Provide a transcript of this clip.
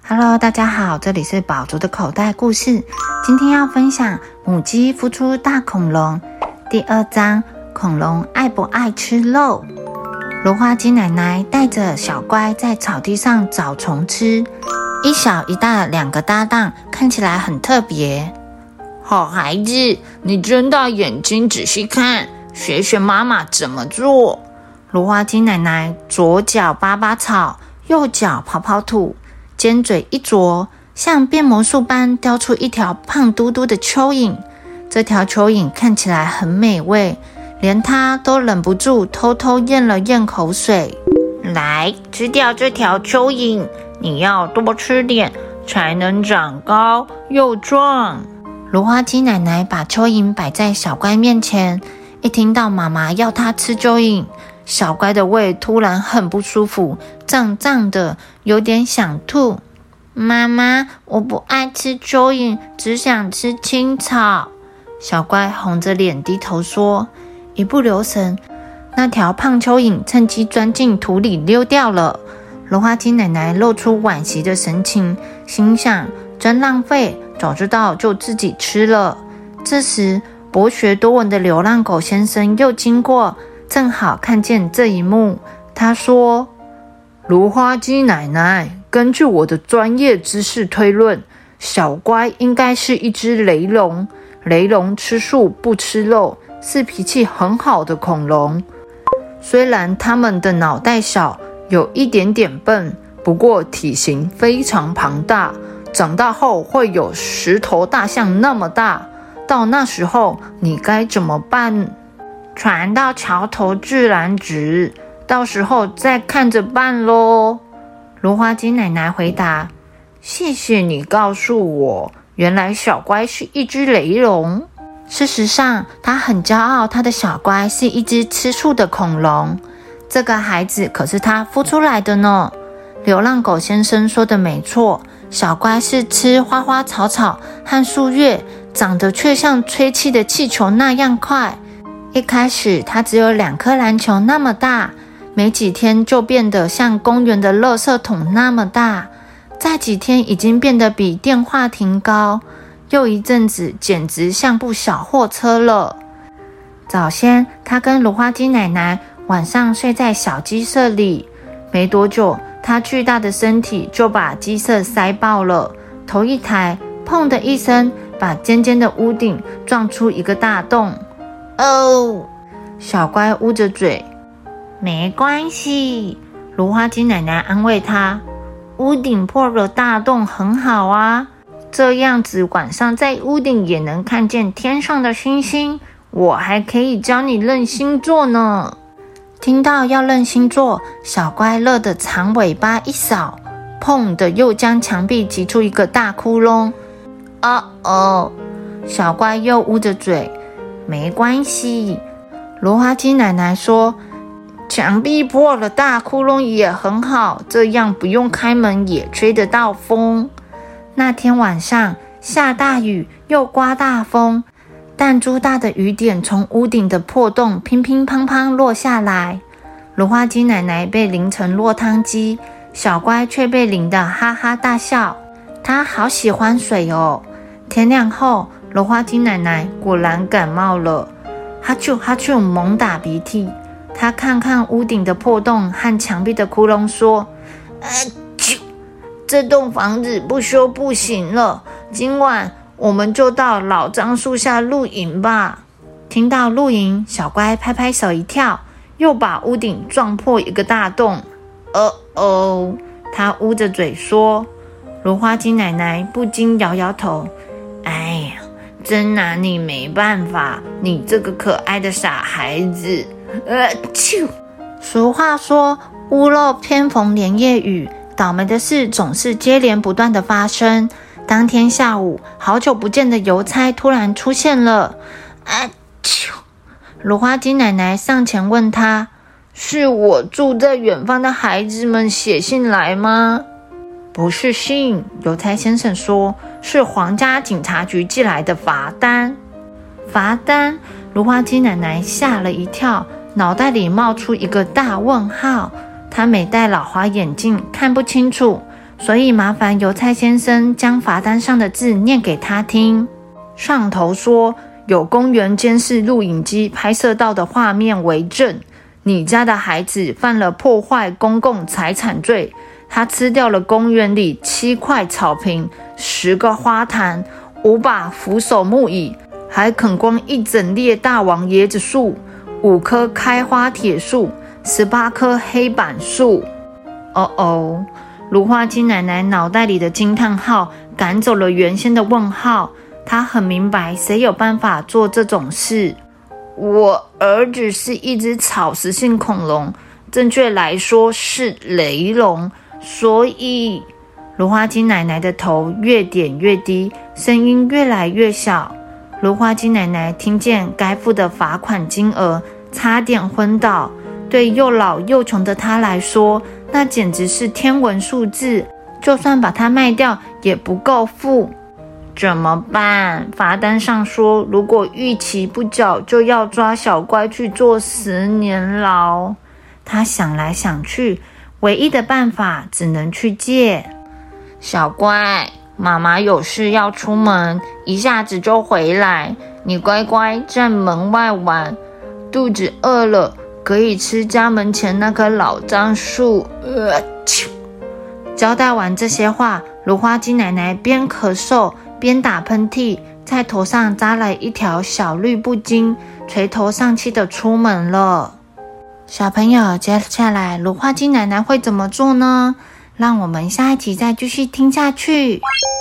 Hello， 大家好，这里是宝竹的口袋故事。今天要分享母鸡孵出大恐龙第2章，恐龙爱不爱吃肉？芦花鸡奶奶带着小乖在草地上找虫吃，一小一大2个搭档，看起来很特别。 好孩子，你睁大眼睛仔细看，学学妈妈怎么做。 芦花鸡奶奶左脚拔拔草，右脚刨刨土，尖嘴一啄，像变魔术般叼出一条胖嘟嘟的蚯蚓。这条蚯蚓看起来很美味，连她都忍不住偷偷咽了咽口水。 来，吃掉这条蚯蚓，你要多吃点，才能长高又壮。 芦花鸡奶奶把蚯蚓摆在小乖面前，一听到妈妈要她吃蚯蚓，小乖的胃突然很不舒服，胀胀的，有点想吐。妈妈，我不爱吃蚯蚓，只想吃青草。小乖红着脸低头说。一不留神，那条胖蚯蚓趁机钻进土里溜掉了。芦花鸡奶奶露出惋惜的神情，心想真浪费，早知道就自己吃了。这时博学多闻的流浪狗先生又经过，正好看见这一幕。他说， 芦花鸡奶奶，根据我的专业知识推论，小乖应该是一只雷龙。雷龙吃素不吃肉，是脾气很好的恐龙。虽然它们的脑袋小，有一点点笨，不过体型非常庞大，长大后会有10头大象那么大。到那时候你该怎么办？ 船到桥头自然直，到时候再看着办咯。 芦花鸡奶奶回答。 谢谢你告诉我，原来小乖是一只雷龙。 事实上，他很骄傲，他的小乖是一只吃素的恐龙。这个孩子可是他孵出来的呢。流浪狗先生说的没错，小乖是吃花花草草和树叶，长得却像吹气的气球那样快。一开始它只有2颗篮球那么大，没几天就变得像公园的垃圾桶那么大，再几天已经变得比电话亭高，又一阵子简直像部小货车了。早先它跟芦花鸡奶奶晚上睡在小鸡舍里，没多久它巨大的身体就把鸡舍塞爆了，头一抬，砰的一声，把尖尖的屋顶撞出一个大洞。哦，小乖捂着嘴。没关系，芦花鸡奶奶安慰他，屋顶破了大洞很好啊，这样子晚上在屋顶也能看见天上的星星，我还可以教你认星座呢。听到要认星座，小乖乐得长尾巴一扫，砰的又将墙壁挤出一个大窟窿。小乖又捂着嘴。没关系，芦花鸡奶奶说，墙壁破了大窟窿也很好，这样不用开门也吹得到风。那天晚上下大雨又刮大风，弹珠大的雨点从屋顶的破洞乒乒乓乓落下来。芦花鸡奶奶被淋成落汤鸡，小乖却被淋得哈哈大笑。她好喜欢水哦。天亮后，芦花鸡奶奶果然感冒了，哈啾哈啾猛打鼻涕。她看看屋顶的破洞和墙壁的窟窿，说：这栋房子不修不行了，今晚我们就到老樟树下露营吧。听到露营，小乖拍拍手一跳，又把屋顶撞破一个大洞。她捂着嘴说。芦花鸡奶奶不禁摇摇头，哎呀，真拿你没办法，你这个可爱的傻孩子。俗话说，屋漏偏逢连夜雨，倒霉的事总是接连不断的发生。当天下午，好久不见的邮差突然出现了。芦花鸡奶奶上前问他，是我住在远方的孩子们写信来吗？不是信，邮差先生说，是皇家警察局寄来的罚单。罚单？芦花鸡奶奶吓了一跳，脑袋里冒出一个大问号。她没戴老花眼镜，看不清楚。 所以麻烦邮差先生将罚单上的字念给他听。上头说，有公园监视录影机拍摄到的画面为证，你家的孩子犯了破坏公共财产罪，他吃掉了公园里7块草坪、10个花坛、5把扶手木椅，还啃光一整列大王椰子树、5棵开花铁树、18棵黑板树。芦花鸡奶奶脑袋里的惊叹号赶走了原先的问号，她很明白谁有办法做这种事。我儿子是一只草食性恐龙，正确来说是雷龙，所以芦花鸡奶奶的头越点越低，声音越来越小。芦花鸡奶奶听见该付的罚款金额，差点昏倒。对又老又穷的她来说，那简直是天文数字，就算把它卖掉也不够付。怎么办？罚单上说，如果逾期不缴，就要抓小乖去坐10年牢。她想来想去，唯一的办法只能去借。 小乖，妈妈有事要出门，一下子就回来，你乖乖在门外玩，肚子饿了可以吃家门前那棵老樟树。 交代完这些话，芦花鸡奶奶边咳嗽边打喷嚏，在头上扎了一条小绿布巾，垂头丧气地出门了。小朋友，接下来芦花鸡奶奶会怎么做呢？让我们下一集再继续听下去。